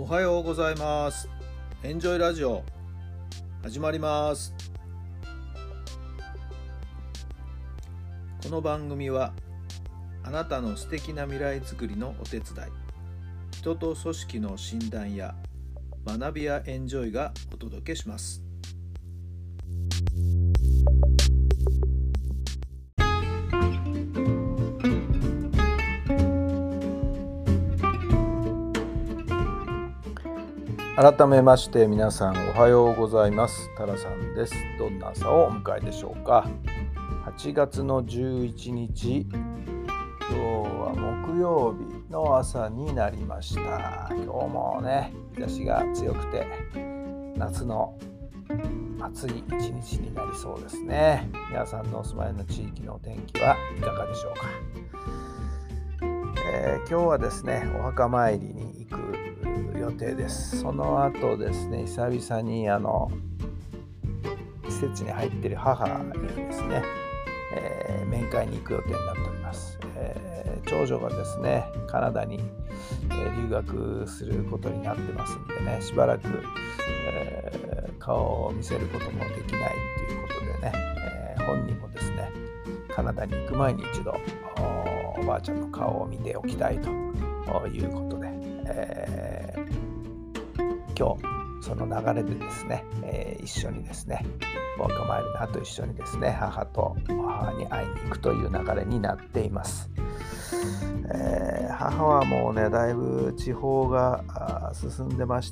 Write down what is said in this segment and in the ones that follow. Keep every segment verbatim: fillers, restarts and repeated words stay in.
おはようございます。エンジョイラジオ始まります。この番組はあなたの素敵な未来づくりのお手伝い、人と組織の診断や学びやエンジョイがお届けします。改めまして皆さんおはようございます。タラさんです。どんな朝をお迎えでしょうか。はちがつのじゅういちにち、今日は木曜日の朝になりました。今日もね、日差しが強くて夏の暑い一日になりそうですね。皆さんのお住まいの地域のお天気はいかがでしょうか。えー、今日はですね、お墓参りに行く予定です。その後ですね、久々にあの施設に入っている母にですね、えー、面会に行く予定になっております。えー、長女がですね、カナダに、えー、留学することになってますんでね、しばらく、えー、顔を見せることもできないということでね、えー、本人もですね、カナダに行く前に一度 お, おばあちゃんの顔を見ておきたいということで、えー、今日その流れでですね、えー、一緒にですね、お墓参りの後一緒にですね、母と母に会いに行くという流れになっています。えー、母はもうね、だいぶ地方が進んでまして、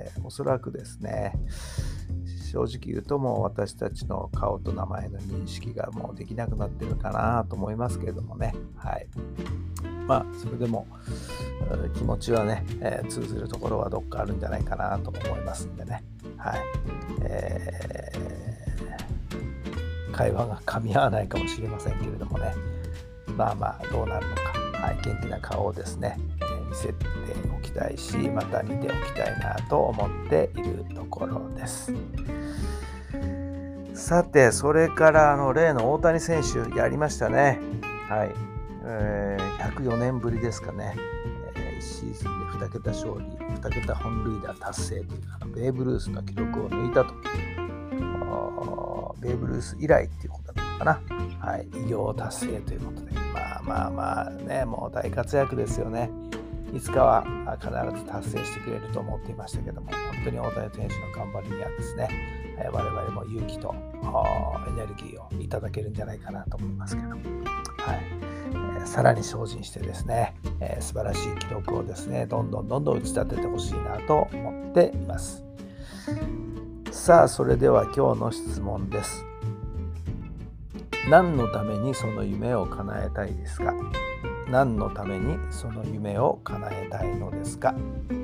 おそらくですね、正直言うともう私たちの顔と名前の認識がもうできなくなってるかなと思いますけれどもね。はい。まあそれでも気持ちはね、えー、通ずるところはどっかあるんじゃないかなと思いますんでね。はい。えー、会話が噛み合わないかもしれませんけれどもね。まあまあどうなるのか、はい、元気な顔をですね、えー、見せておきたいし、また見ておきたいなと思っているところです。さて、それからあの例の大谷選手やりましたね。はい。えー、ひゃくよねんぶりですかね。えー、いちシーズンでにけた勝利、にけた本塁打達成というあのベーブ・ルースの記録を抜いたと。ベーブ・ルース以来っていうことだったのかな。はい、偉業達成ということで、まあまあまあね、もう大活躍ですよね。いつかは必ず達成してくれると思っていましたけども、本当に大谷選手の頑張りにはですね、我々も勇気とエネルギーをいただけるんじゃないかなと思いますけども、はい、えー、さらに精進してですね、えー、素晴らしい記録をですね、どんどんどんどん打ち立ててほしいなと思っています。さあ、それでは今日の質問です。何のためにその夢を叶えたいですか？何のためにその夢を叶えたいのですか？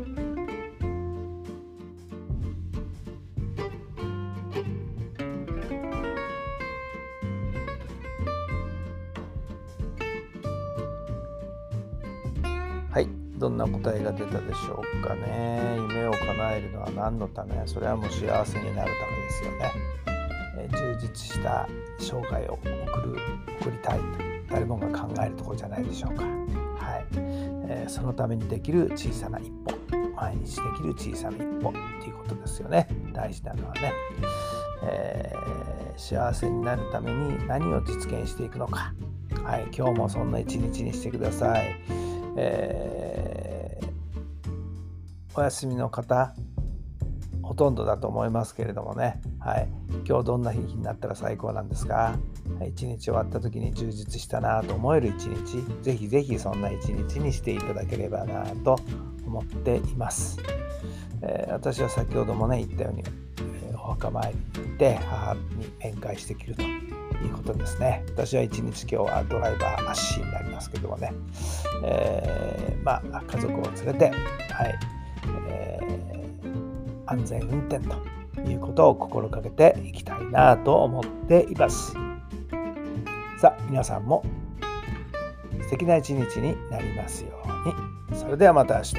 はい、どんな答えが出たでしょうかね。夢を叶えるのは何のため？それはもう幸せになるためですよね。えー、充実した生涯を送る送りたいと誰もが考えるところじゃないでしょうか。はい、えー、そのためにできる小さな一歩、毎日できる小さな一歩っていうことですよね。大事なのはね、えー、幸せになるために何を実現していくのか。はい、今日もそんな一日にしてください。えー、お休みの方ほとんどだと思いますけれどもね、はい、今日どんな日になったら最高なんですか？一日終わった時に充実したなと思える一日、ぜひぜひそんな一日にしていただければなと思っています。えー、私は先ほどもね言ったように、えー、お墓参りに行って母に面会してきるということですね。私は一日今日はドライバーアッシーになりますけどもね、えー、まあ家族を連れて、はい、えー、安全運転ということを心がけていきたいなと思っています。さあ、皆さんも素敵な一日になりますように。それではまた明日。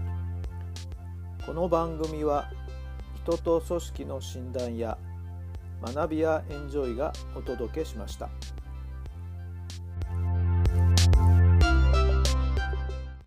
この番組は人と組織の診断や学びやエンジョイがお届けしました。